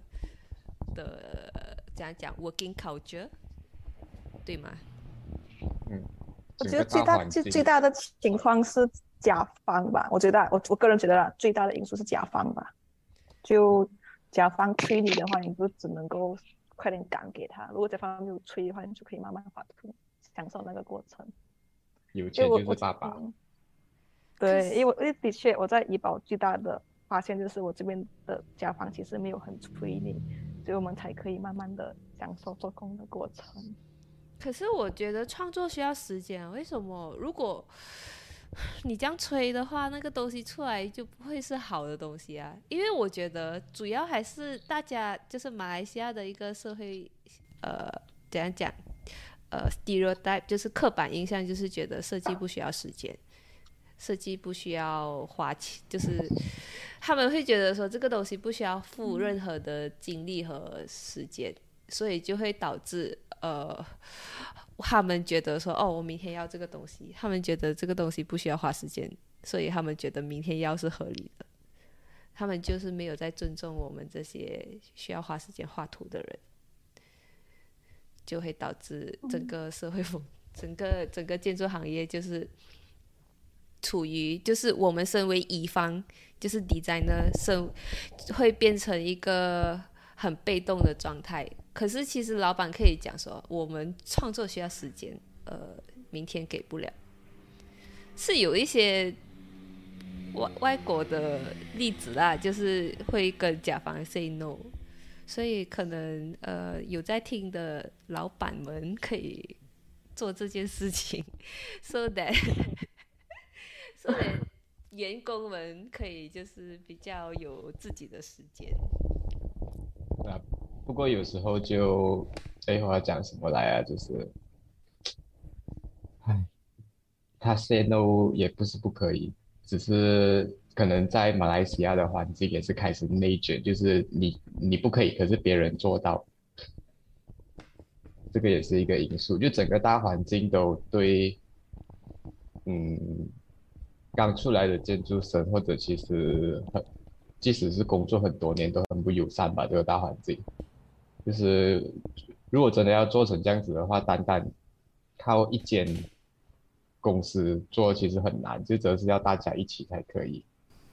怎样讲 working culture， 对吗？ 我觉得最大的情况是甲方吧，我觉得我个人觉得最大的因素是甲方吧。就甲方催你的话，你就只能够快点赶给他；如果甲方没有催的话，你就可以慢慢画图，享受那个过程。 有钱就是爸爸。 对，因为的确我在怡保最大的发现就是我这边的甲方其实没有很催你，所以我们才可以慢慢的享受做工的过程。 可是我觉得创作需要时间，为什么？如果你这样催的话，那个东西出来就不会是好的东西啊。因为我觉得主要还是大家就是马来西亚的一个社会，怎样讲，stereotype 就是刻板印象，就是觉得设计不需要时间，设计不需要花钱，就是他们会觉得说这个东西不需要付任何的精力和时间，所以就会导致他们觉得说我明天要这个东西，他们觉得这个东西不需要花时间，所以他们觉得明天要是合理的，他们就是没有在尊重我们这些需要花时间画图的人，就会导致整个社会整个建筑行业就是处于就是我们身为乙方就是 designer 会变成一个很被动的状态。可是其实老板可以讲说我们创作需要时间，明天给不了。是有一些外国的例子啦，就是会跟甲方 say no， 所以可能有在听的老板们可以做这件事情，so that so that 员工们可以就是比较有自己的时间。 啊，不过有时候就这话讲什么来啊，就是，唉，他 say no 也不是不可以，只是可能在马来西亚的环境也是开始内卷，就是你不可以，可是别人做到，这个也是一个因素，就整个大环境都对，嗯，刚出来的建筑生或者即使是工作很多年都很不友善吧，这个大环境。就是如果真的要做成这样子的话，单单靠一间公司做其实很难，就真的是要大家一起才可以。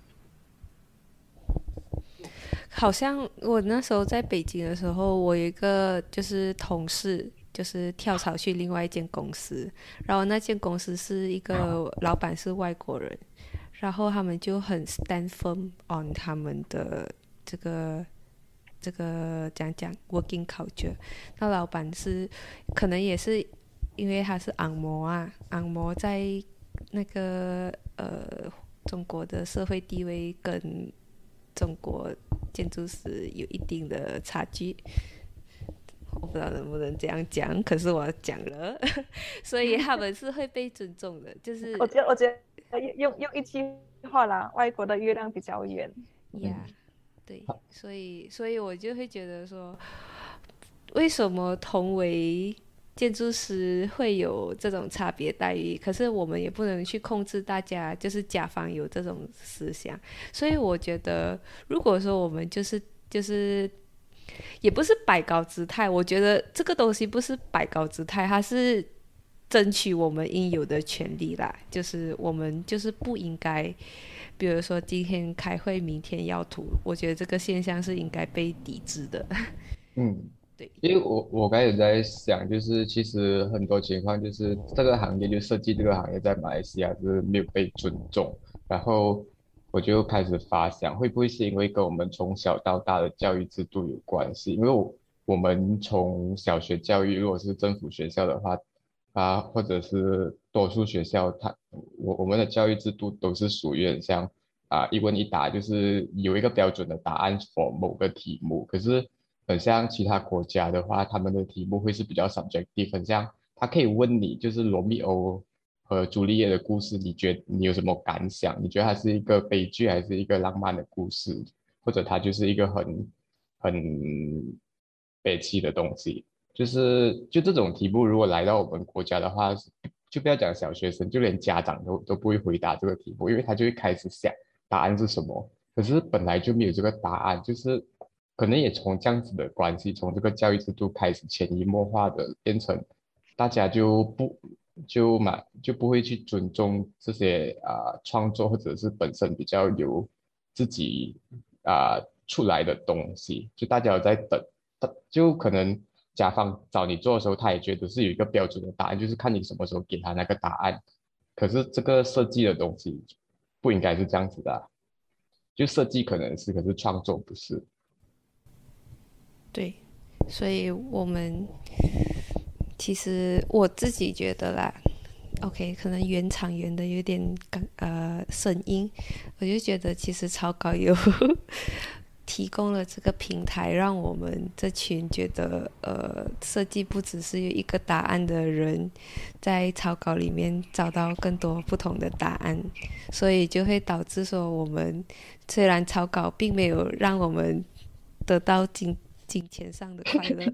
好像我那时候在北京的时候，我有一个就是同事，就是跳槽去另外一间公司，然后那间公司是一个老板是外国人，然后他们就很 stand firm on 他们的这个讲 working culture。那老板是可能也是因为他是昂模啊，昂模在那个中国的社会地位跟中国建筑师有一定的差距，我不知道能不能这样讲，可是我讲了，所以他们是会被尊重的，就是我觉得用一句话啦，外国的月亮比较圆。 呀，对，所以我就会觉得说，为什么同为建筑师会有这种差别待遇？可是我们也不能去控制大家，就是甲方有这种思想。所以我觉得，如果说我们就是也不是摆高姿态，我觉得这个东西不是摆高姿态，它是争取我们应有的权利啦。就是我们就是不应该，比如说今天开会，明天要图，我觉得这个现象是应该被抵制的。 嗯， 对， 因为我刚才有在想，就是其实很多情况就是这个行业，就设计这个行业在马来西亚是没有被尊重，然后我就开始发想，会不会是因为跟我们从小到大的教育制度有关系？因为我们从小学教育，如果是政府学校的话，或者是多数学校，我们的教育制度都是属于很像一问一答，就是有一个标准的答案 for 某个题目。可是很像其他国家的话，他们的题目会是比较 subjective，很像他可以问你，就是罗密欧和朱丽叶的故事，你觉得你有什么感想？你觉得它是一个悲剧还是一个浪漫的故事？或者它就是一个很悲戚的东西？就这种题目，如果来到我们国家的话，就不要讲小学生，就连家长都不会回答这个题目，因为他就会开始想答案是什么。可是本来就没有这个答案，就是可能也从这样子的关系，从这个教育制度开始潜移默化的变成大家就不会去尊重这些创作或者是本身比较有自己出来的东西，就大家有在等。就可能甲方找你做的时候，他也觉得是有一个标准的答案，就是看你什么时候给他那个答案。可是这个设计的东西不应该是这样子的就设计可能是，可是创作不是。 对，所以我们其实我自己觉得啦，OK， 可能原厂原的有点声音，我就觉得其实草稿有提供了这个平台，让我们这群觉得设计不只是有一个答案的人，在草稿里面找到更多不同的答案，所以就会导致说，我们虽然草稿并没有让我们得到金钱上的快乐，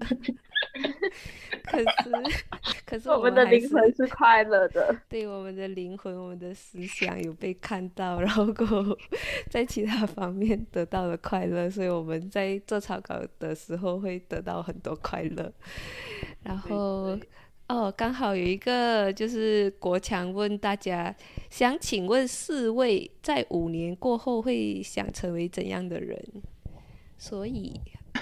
可是我们的灵魂是快乐的， 对，我们的灵魂，我们的思想有被看到，然后过后在其他方面得到了快乐，所以我们在做草稿的时候会得到很多快乐。然后刚好有一个就是国强问大家，想请问4位在5年过后会想成为怎样的人？所以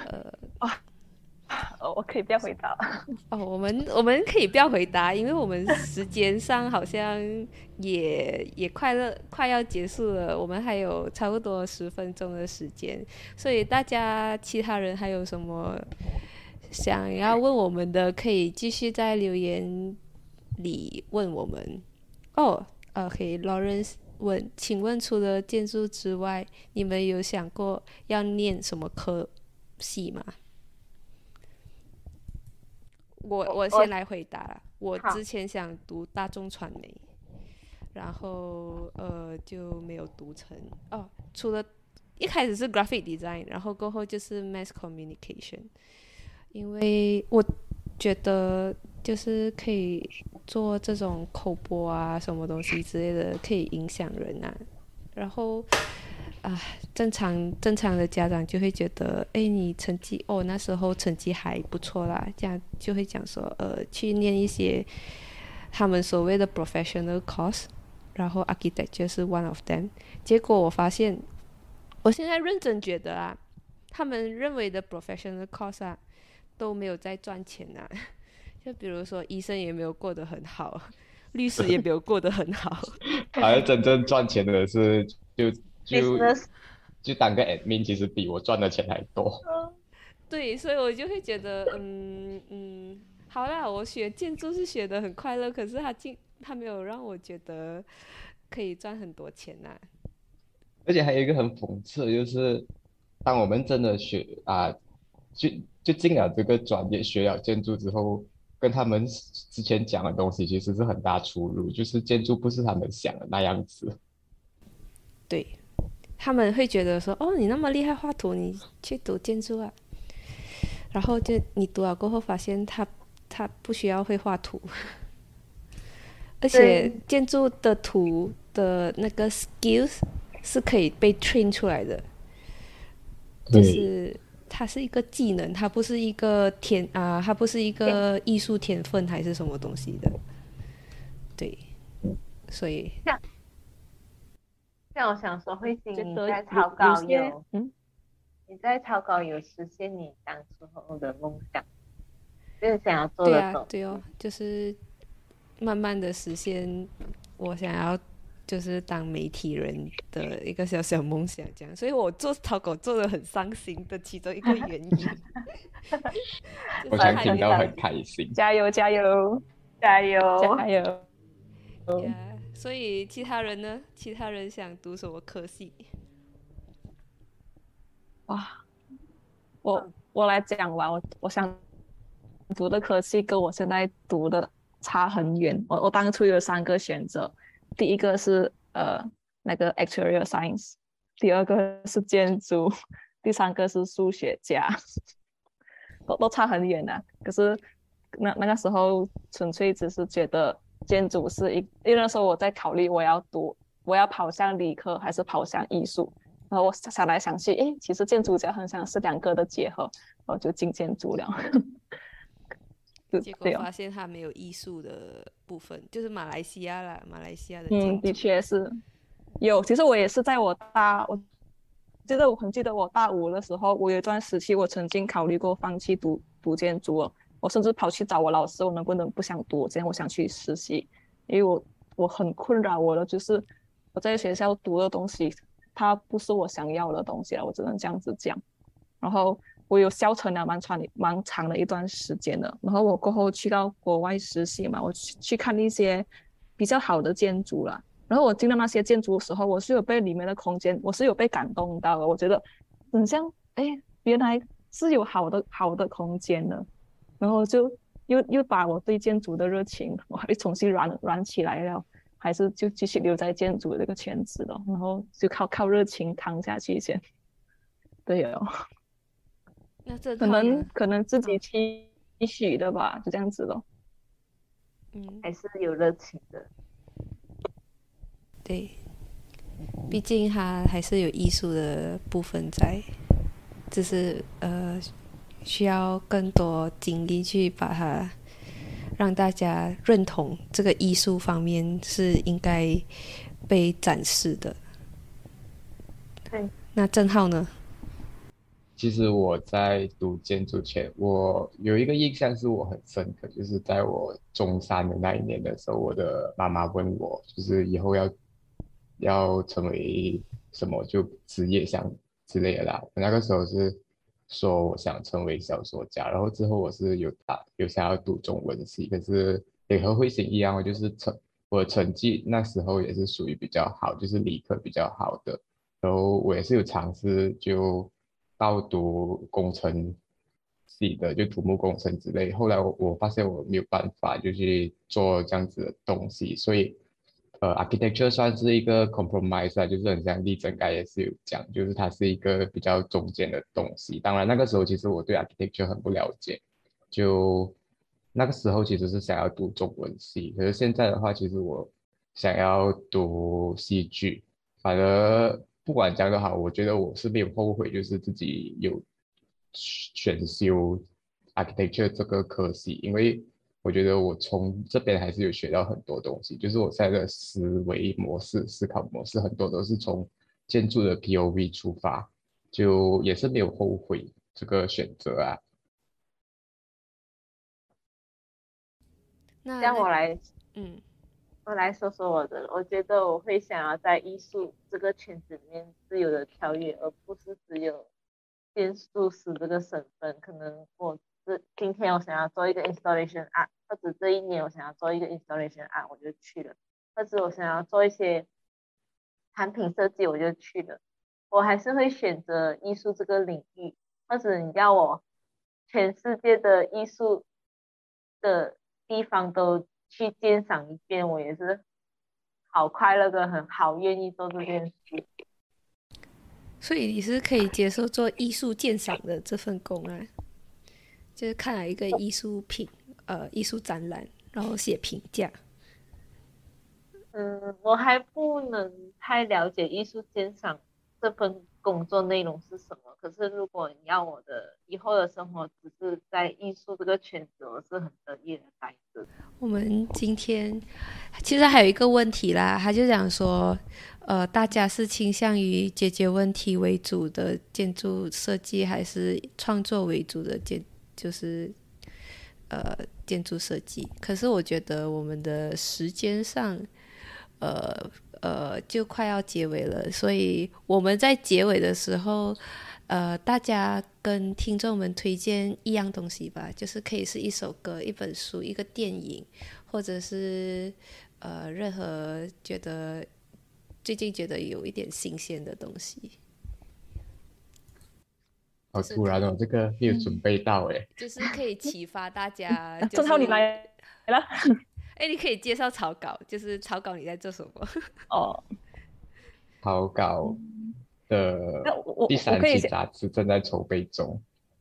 我可以不要回答我们可以不要回答，因为我们时间上好像也快要结束了，我们还有差不多10分钟的时间，所以大家其他人还有什么想要问我们的，可以继续在留言里问我们，Lawrence 问，请问除了建筑之外，你们有想过要念什么科系吗？我先来回答啦。我之前想读大众传媒，然后就没有读成。除了一开始是 graphic design， 然后过后就是 mass communication， 因为我觉得就是可以做这种口播啊，什么东西之类的，可以影响人啊。然后正常的家长就会觉得，你成绩那时候成绩还不错啦，这样就会讲说，去念一些他们所谓的 professional course， 然后 architecture 是 one of them。结果我发现，我现在认真觉得啊，他们认为的 professional course 啊，都没有在赚钱啊。就比如说，医生也没有过得很好，律师也没有过得很好。 而真正赚钱的是就 business 就当个 admin， 其实比我赚的钱还多。 对，所以我就会觉得，好啦，我学建筑是学得很快乐，可是他没有让我觉得可以赚很多钱呐、 而且还有一个很讽刺的就是，当我们真的就进了这个专业，学了建筑之后，跟他们之前讲的东西其实是很大出入，就是建筑不是他们想的那样子。 对，他们会觉得说，你那么厉害画图，你去读建筑啊。然后就你读了过后发现他不需要会画图，而且建筑的图的那个 skills 是可以被 train 出来的，就是它是一个技能，它不是一个它不是一个艺术天分还是什么东西的。对，所以像我想说，慧心你觉得在草稿些你在草稿有实现你当初候的梦想，就是想要做对啊， 的东西。 对哦，就是慢慢的实现我想要就是当媒体人的一个小小梦想，这样，所以我做草稿做得很伤心的其中一个原因。 我想听到很开心。 加油加油加油！ 加油！ 所以其他人呢？其他人想读什么科系？ 哇，我来讲吧，我想读的科系跟我现在读的差很远。我当初有3个选择，第一个是那个 actuarial science， 第二个是建筑，第3个是数学家，都差很远啊。可是那个时候纯粹只是觉得建筑因为那时候我在考虑我要跑向理科还是跑向艺术。然后我想来想去，其实建筑家很像是2个的结合，我就进建筑了。 结果发现它没有艺术的部分，就是马来西亚的建筑。 的确是有。其实我也是在我很记得我大5的时候，我有一段时期我曾经考虑过放弃读建筑了。我甚至跑去找我老师，我能不能不想读，这样我想去实习，因为我很困扰我的就是我在学校读的东西，它不是我想要的东西了，我只能这样子讲。然后我有消沉了蛮长的一段时间的。然后我过后去到国外实习嘛，我去看一些比较好的建筑啦。然后我进到那些建筑的时候，我是有被里面的空间，我是有被感动到的。我觉得很像，原来是有好的空间的。然后就又把我对建筑的热情，我又重新燃起来了，还是就继续留在建筑这个圈子了。然后就靠热情扛下去先。对哦。 那这可能自己期许的吧，就这样子咯。 还是有热情的。 对，毕竟它还是有艺术的部分在，只是需要更多精力去把它让大家认同这个艺术方面是应该被展示的。 对， 那郑浩呢？ 其实我在读建筑前，我有一个印象是我很深刻，就是在我中3的那一年的时候，我的妈妈问我，就是以后要成为什么就职业上之类的啦。那个时候是说我想成为小说家，然后之后我是有想要读中文系，可是也和慧心一样，就是我的成绩那时候也是属于比较好，就是理科比较好的。然后我也是有尝试就报读工程系的，就土木工程之类。后来我发现我没有办法就去做这样子的东西，所以architecture 算是一个 compromise 啊，就是很像立正刚也是有讲，就是它是一个比较中间的东西。当然那个时候其实我对 architecture 很不了解，就那个时候其实是想要读中文系，可是现在的话，其实我想要读戏剧。反而不管讲的好，我觉得我是没有后悔，就是自己有选修 architecture 这个科系，因为我觉得我从这边还是有学到很多东西，就是我现在的思维模式、思考模式很多都是从建筑的 POV 出发，就也是没有后悔这个选择啊。 那让嗯我来说说我的，我觉得我会想要在艺术这个圈子里面自由的跳跃，而不是只有建筑师这个身份。可能今天我想要做一个 installation art，或者这一年我想要做一个 installation art，我就去了；或者我想要做一些产品设计，我就去了。我还是会选择艺术这个领域，或者你要我全世界的艺术的地方都去鉴赏一遍，我也是好快乐的，很好愿意做这件事。 所以你是可以接受做艺术鉴赏的这份工啊，就是看了一个艺术品，艺术展览，然后写评价。 我还不能太了解艺术鉴赏这份工作内容是什么。可是如果你要我的以后的生活只是在艺术这个圈子，我是很得意的待着。 我们今天其实还有一个问题啦，他就讲说，大家是倾向于解决问题为主的建筑设计，还是创作为主的就是建筑设计？可是我觉得我们的时间上，就快要结尾了，所以我们在结尾的时候，大家跟听众们推荐一样东西吧，就是可以是一首歌、一本书、一个电影，或者是任何最近觉得有一点新鲜的东西。 好突然哦，这个没有准备到诶。 就是可以启发大家， 正好你来了。 哎，你可以介绍草稿，就是草稿你在做什么？ 哦， 草稿的那第三期我可以先， 杂志正在筹备中，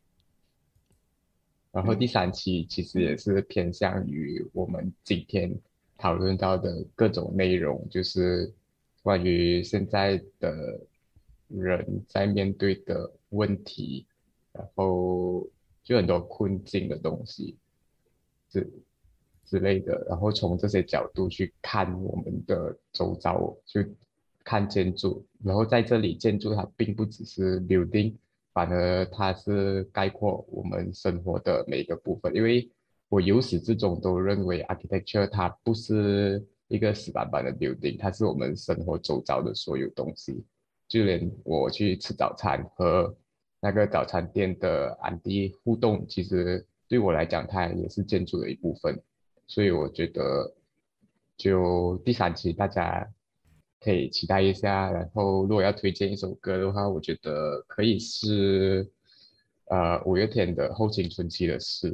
然后第三期其实也是偏向于我们今天讨论到的各种内容，就是关于现在的人在面对的问题，然后就很多困境的东西之之类的，然后从这些角度去看我们的周遭，就看建筑，然后在这里建筑它并不只是 building。反而它是概括我们生活的每一个部分。因为我由始至终都认为 architecture 它不是一个死板板的 building，它是我们生活周遭的所有东西。就连我去吃早餐和那个早餐店的安迪互动，其实对我来讲，它也是建筑的一部分。所以我觉得，就第三期大家可以期待一下。然后，如果要推荐一首歌的话，我觉得可以是五月天的《后青春期的事》。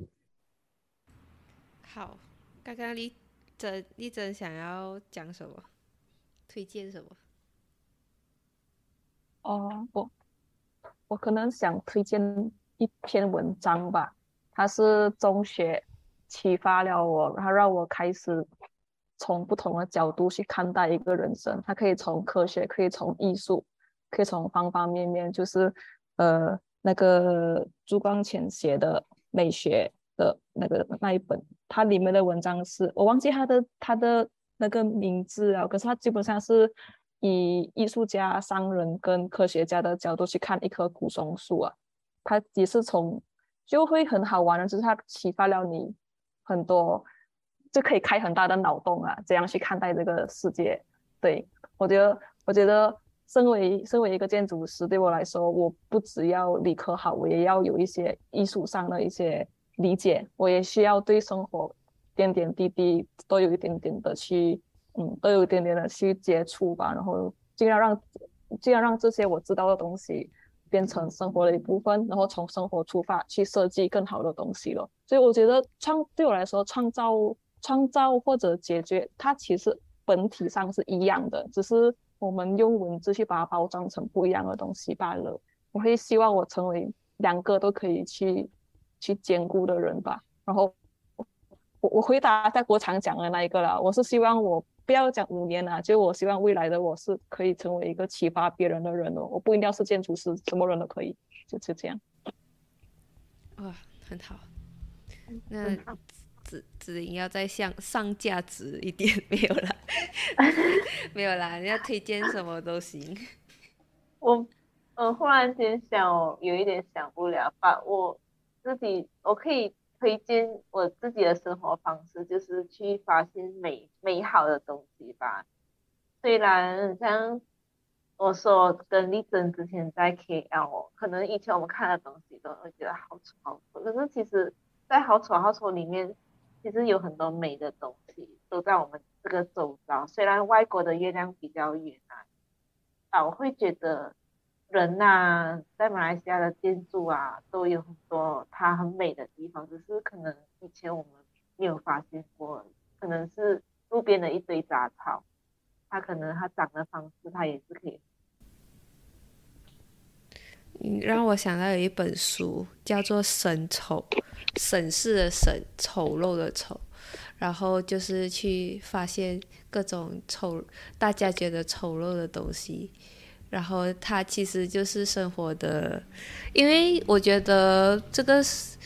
好，刚刚丽珍想要讲什么？推荐什么？ 哦，我可能想推荐一篇文章吧，它是中学启发了我，它让我开始从不同的角度去看待一个人生。它可以从科学，可以从艺术，可以从方方面面，就是那个朱光潜写的美学的那一本，它里面的文章是我忘记它的那个名字啊，可是它基本上是以艺术家、商人跟科学家的角度去看一棵古松树啊，它也是就会很好玩的，就是它启发了你很多，就可以开很大的脑洞啊，这样去看待这个世界。对，我觉得身为一个建筑师，对我来说，我不只要理科好，我也要有一些艺术上的一些理解，我也需要对生活点点滴滴都有一点点的去都有一点点的去接触吧，然后尽量让这些我知道的东西变成生活的一部分，然后从生活出发去设计更好的东西了。所以我觉得对我来说，创造或者解决，它其实本体上是一样的，只是我们用文字去把它包装成不一样的东西罢了。我会希望我成为两个都可以去兼顾的人吧。然后我回答在国常讲的那一个啦，我是希望我不要讲5年啦，就我希望未来的我是可以成为一个启发别人的人哦，我不一定要是建筑师，什么人都可以，就这样。 哇，很好。那子琳要再上价值一点，没有啦，没有啦，你要推荐什么都行。 我忽然间有一点想不了吧，我可以推荐我自己的生活方式，就是去发现美好的东西吧。虽然像我说跟丽珍之前在 KL， 可能以前我们看的东西都会觉得好丑好丑，可是其实在好丑好丑里面，其实有很多美的东西都在我们这个周遭。虽然外国的月亮比较圆我会觉得人在马来西亚的建筑都有很多它很美的地方，只是可能以前我们没有发现过，可能是路边的一堆杂草，它可能它长的方式它也是可以。 让我想到有一本书叫做审丑，审视的审，丑陋的丑，然后就是去发现各种大家觉得丑陋的东西，然后它其实就是生活的，因为我觉得这个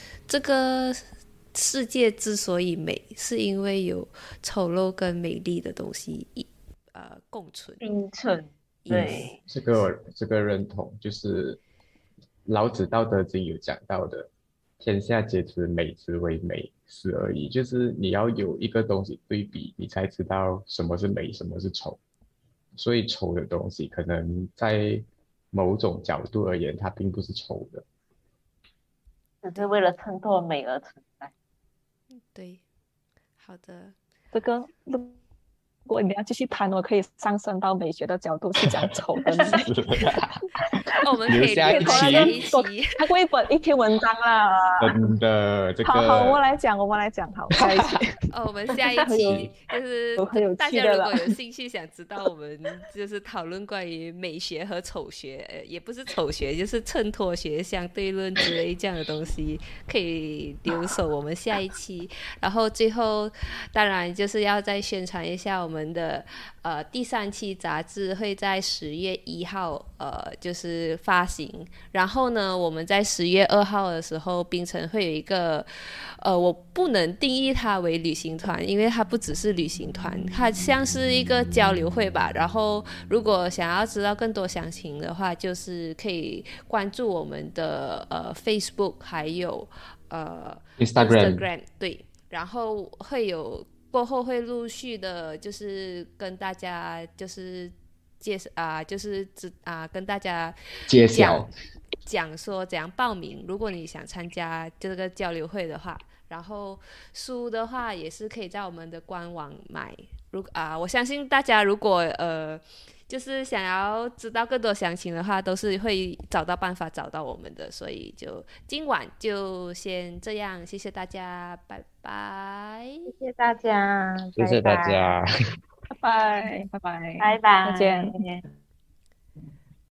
世界之所以美，是因为有丑陋跟美丽的东西共存并存。对， 这个认同，就是老子《道德经》有讲到的，天下皆知美之为美，是而已。就是你要有一个东西对比，你才知道什么是美，什么是丑。所以丑的东西，可能在某种角度而言，它并不是丑的， 只是为了衬托美而存在。 对，好的。 这个如果你要继续谈，我可以上升到美学的角度去讲丑跟美。 我们可以下一期看过一篇文章啦。 真的，这个好，我们来讲，好，下一期。 我们下一期就是大家如果有兴趣想知道我们就是讨论关于美学和丑学，也不是丑学，就是衬托学、相对论之类这样的东西，可以留守我们下一期。然后最后当然就是要再宣传一下我们的第3期杂志会在10月1号就是发行，然后呢我们在10月2号的时候槟城会有一个我不能定义它为旅行团，因为它不只是旅行团，它像是一个交流会吧。然后如果想要知道更多详情的话，就是可以关注我们的Facebook 还有Instagram 对，然后过后会陆续的就是跟大家就是跟大家揭晓讲说怎样报名，如果你想参加这个交流会的话。然后书的话也是可以在我们的官网买，我相信大家如果就是想要知道更多详情的话，都是会找到办法找到我们的，所以就今晚就先这样，谢谢大家，拜拜。 谢谢大家， 谢谢大家， 拜拜，拜拜， 拜拜， 再见。